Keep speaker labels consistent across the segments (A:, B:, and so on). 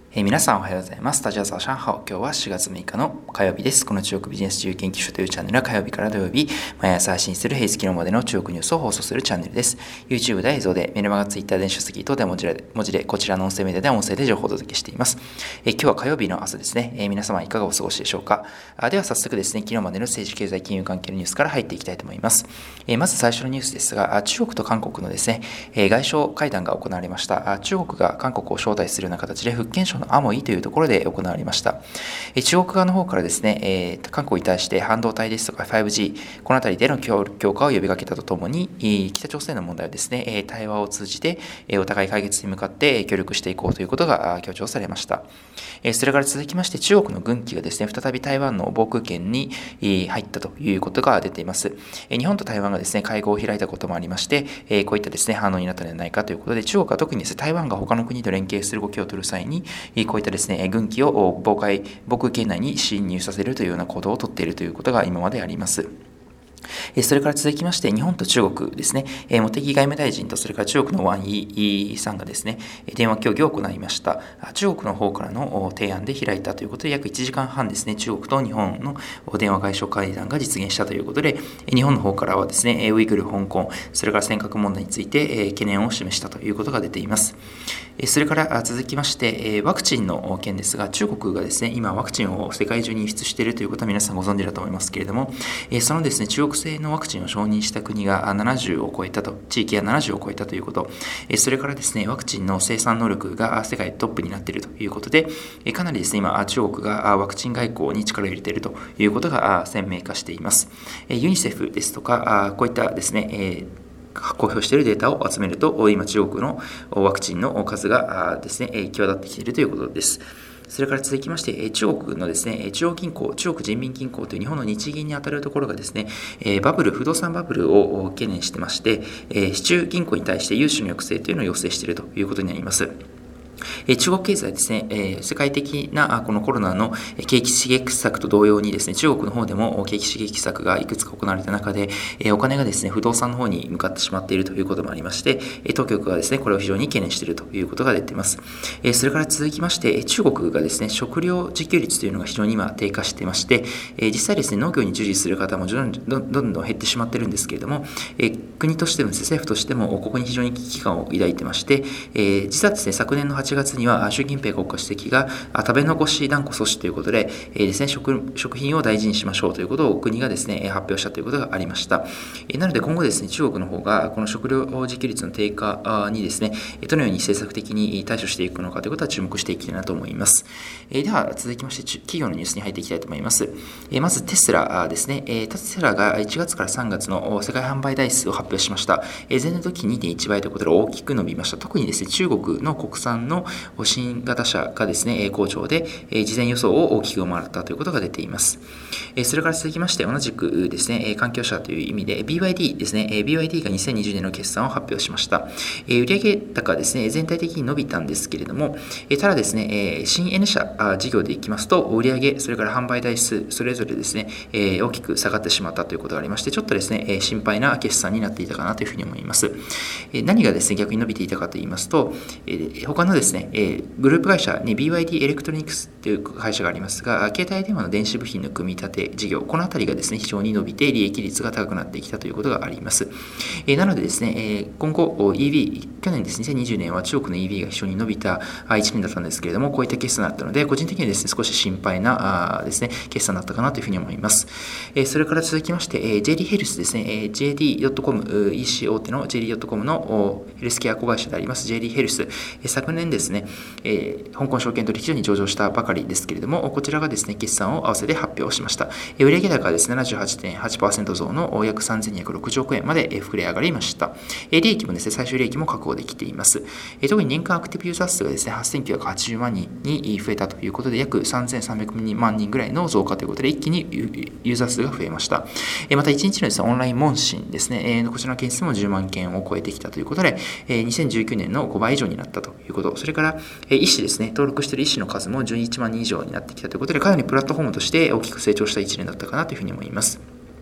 A: 皆さんおはようございます。大家早上好。今日は4月6日の火曜日です。この中国ビジネス自由研究所というチャンネルは火曜日から土曜日、毎朝配信する平日昨日までの中国ニュースを放送するチャンネルです。YouTube で映像で、メルマガ、Twitter 電子書籍等で文字で、こちらの音声メディアで音声で情報をお届けしています。今日は火曜日の朝ですね。皆様いかがお過ごしでしょうか。では早速ですね、昨日までの政治経済金融関係のニュースから入っていきたいと思います。まず最初のニュースですが、中国と韓国のですね、外相会談が行われました。中国が韓国を招待するような形で福建省のアモイというところで行われました。中国側の方からですね、韓国に対して半導体ですとか 5G、このあたりでの強化を呼びかけたとともに、北朝鮮の問題をですね、対話を通じてお互い解決に向かって協力していこうということが強調されました。それから続きまして、中国の軍機がですね、再び台湾の防空圏に入ったということが出ています。日本と台湾がですね、会合を開いたこともありまして、こういったですね、反応になったのではないかということで、中国は特にですね、台湾が他の国と連携する動きを取る際に、こういったですね、軍機を防空圏内に侵入させるというような行動をとっているということが今まであります。それから続きまして、日本と中国ですね、茂木外務大臣とそれから中国のワン・イさんがですね、電話協議を行いました。中国の方からの提案で開いたということで、約1時間半ですね、中国と日本の電話外相会談が実現したということで、日本の方からはですね、ウイグル、香港、それから尖閣問題について懸念を示したということが出ています。それから続きまして、ワクチンの件ですが、中国がですね、今ワクチンを世界中に輸出しているということは皆さんご存知だと思いますけれども、そのですね、中国製のワクチンを承認した国が70を超えたと、地域が70を超えたということ、それからですね、ワクチンの生産能力が世界トップになっているということで、かなりですね、今、中国がワクチン外交に力を入れているということが鮮明化しています。ユニセフですとか、こういったですね、公表しているデータを集めると、今中国のワクチンの数がですね、際立ってきているということです。それから続きまして、中国のですね、中央銀行、中国人民銀行という日本の日銀に当たるところがですね、不動産バブルを懸念してまして、市中銀行に対して融資の抑制というのを要請しているということになります。中国経済ですね、世界的なこのコロナの景気刺激策と同様にですね、中国の方でも景気刺激策がいくつか行われた中で、お金がですね、不動産の方に向かってしまっているということもありまして、当局がですね、これを非常に懸念しているということが出ています。それから続きまして、中国がですね、食料自給率というのが非常に今低下していまして、実際ですね、農業に従事する方もどんどん減ってしまっているんですけれども、国としても政府としてもここに非常に危機感を抱いてまして、実はですね、昨年の8月には習近平国家主席が食べ残し断固阻止ということで、ですね、食品を大事にしましょうということを国がですね、発表したということがありました。なので今後ですね、中国の方がこの食料自給率の低下にですね、どのように政策的に対処していくのかということは注目していきたいなと思います。では続きまして、企業のニュースに入っていきたいと思います。まずテスラですね、テスラが1月から3月の世界販売台数を発表しました。前年度比 2.1 倍ということで大きく伸びました。特にですね、中国の国産の新型車がですね、好調で、事前予想を大きく上回ったということが出ています。それから続きまして、同じくですね、環境車という意味で BYD ですね、BYD が2020年の決算を発表しました。売上高ですね、全体的に伸びたんですけれども、ただですね、新 N 社事業でいきますと、売上、それから販売台数、それぞれですね、大きく下がってしまったということがありまして、ちょっとですね、心配な決算になっていたかなというふうに思います。何がですね、逆に伸びていたかと言いますと、他のですね、グループ会社に BYD エレクトロニクスという会社がありますが、携帯電話の電子部品の組み立て事業、このあたりがですね、非常に伸びて利益率が高くなってきたということがあります。なのでですね、今後 EV、去年ですね、2020年は中国の EV が非常に伸びた1年だったんですけれども、こういった決算だったので、個人的にはですね、少し心配なですね、決算だったかなというふうに思います。それから続きまして、JD ヘルスですね、JD.com、EC 大手の JD.com のヘルスケア子会社であります JD ヘルス、昨年ですね、香港証券取引所に上場したばかりですけれども、こちらがですね、決算を合わせて発表しました。売上高はですね、78.8% 増の約3260億円まで膨れ上がりました。利益もですね、最終利益も確保できています。特に年間アクティブユーザー数がですね、8980万人に増えたということで、約3300万人ぐらいの増加ということで、一気にユーザー数が増えました。また1日のですね、オンライン問診ですね、こちらの件数も10万件を超えてきたということで、2019年の5倍以上になったということ、それから医師ですね、登録している医師の数も11万人以上になってきたということで、かなりプラットフォームとして大きく成長した1年だったかなというふうに思います。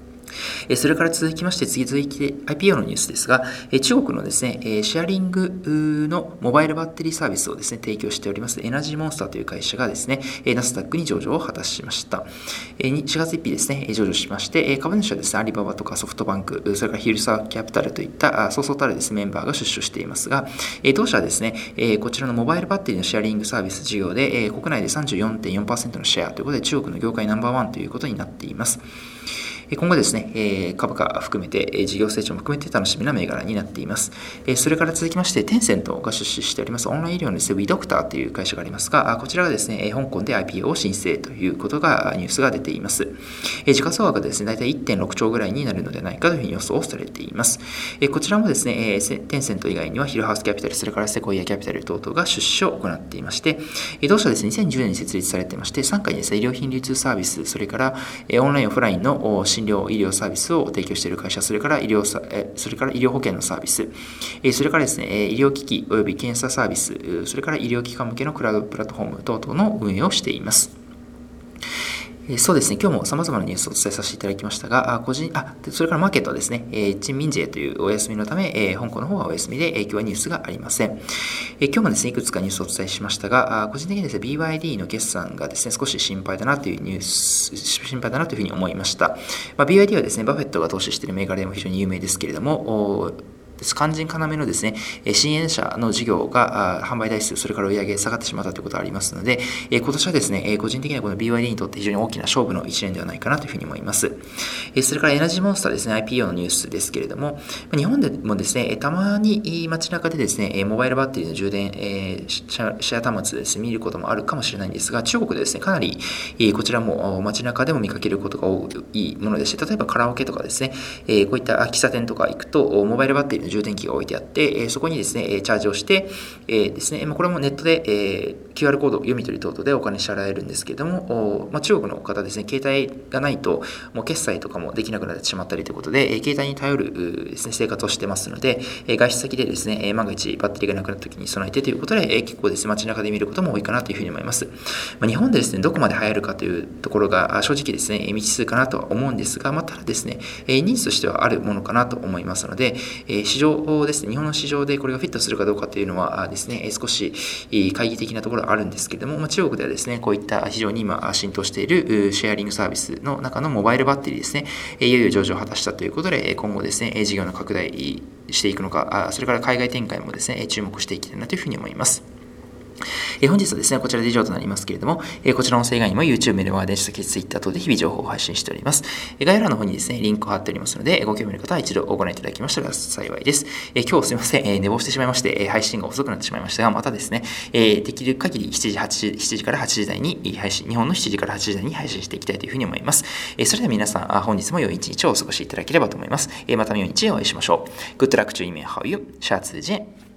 A: それから続きまして、次々き IPO のニュースですが、中国のですね、シェアリングのモバイルバッテリーサービスをですね、提供しておりますエナジーモンスターという会社がですね、ナスダックに上場を果たしました。4月1日ですね、上場しまして、株主はですね、アリババとかソフトバンク、それからヒルサーキャピタルといったそうそうたるですね、メンバーが出資していますが、同社はですね、こちらのモバイルバッテリーのシェアリングサービス事業で、国内で 34.4% のシェアということで、中国の業界ナンバーワンということになっています。今後ですね、株価含めて、事業成長も含めて楽しみな銘柄になっています。それから続きまして、テンセントが出資しておりますオンライン医療のですね、WeDoctor という会社がありますが、こちらがですね、香港で IPO を申請ということが、ニュースが出ています。時価総額でですね、大体 1.6 兆ぐらいになるのではないかというふうに予想されています。こちらもですね、テンセント以外にはヒルハウスキャピタル、それからセコイアキャピタル等々が出資を行っていまして、同社はですね、2010年に設立されていまして、傘下にですね、医療品流通サービス、それからオンラインオフラインの診療医療サービスを提供している会社、それから医療保険のサービス、それからですね、医療機器及び検査サービス、それから医療機関向けのクラウドプラットフォーム等々の運営をしています。そうですね、今日も様々なニュースをお伝えさせていただきましたが、それからマーケットはですね、チンミンジェというお休みのため、香港の方はお休みで、今日はニュースがありません。今日もですね、いくつかニュースをお伝えしましたが、個人的にですね、BYD の決算がですね、少し心配だなというふうに思いました。BYD はですね、バフェットが投資している銘柄でも非常に有名ですけれども、肝心要のですね、新縁者の事業が販売台数、それから売上下がってしまったということがありますので、今年はですね、個人的にはこの BYD にとって非常に大きな勝負の一年ではないかなというふうに思います。それからエナジーモンスターですね、IPO のニュースですけれども、日本でもですね、たまに街中でですね、モバイルバッテリーの充電、シェア端末ですね、見ることもあるかもしれないんですが、中国でですね、かなりこちらも街中でも見かけることが多いものでして、例えばカラオケとかですね、こういった喫茶店とか行くと、モバイルバッテリーの充電器が置いてあって、そこにですね、チャージをして、ですね、これもネットで、QR コード読み取り等々でお金支払えるんですけれども、中国の方ですね、携帯がないと、もう決済とかもできなくなってしまったりということで、携帯に頼るですね、生活をしてますので、外出先でですね、万が一バッテリーがなくなった時に備えてということで、結構ですね、街中で見ることも多いかなというふうに思います。日本でですね、どこまで流行るかというところが正直ですね、未知数かなとは思うんですが、ただですね、ニーズとしてはあるものかなと思いますので、市場ですね、日本の市場でこれがフィットするかどうかというのはですね、少し懐疑的なところはあるんですけれども、中国ではですね、こういった非常に今浸透しているシェアリングサービスの中のモバイルバッテリーですね、いよいよ上場を果たしたということで、今後ですね、事業の拡大していくのか、それから海外展開もですね、注目していきたいなというふうに思います。本日はですね、こちらで以上となりますけれども、こちらの音声以外にも YouTube、メルマガ、電子書籍、Twitter 等で日々情報を配信しております。概要欄の方にですね、リンクを貼っておりますので、ご興味の方は一度ご覧いただきましたら幸いです。今日すいません、寝坊してしまいまして、配信が遅くなってしまいましたが、またですね、できる限り7時から8時台に配信、日本の7時から8時台に配信していきたいというふうに思います。それでは皆さん、本日も良い一日をお過ごしいただければと思います。また良い一日をお会いしましょう。Good luck to you, how you? 下次见。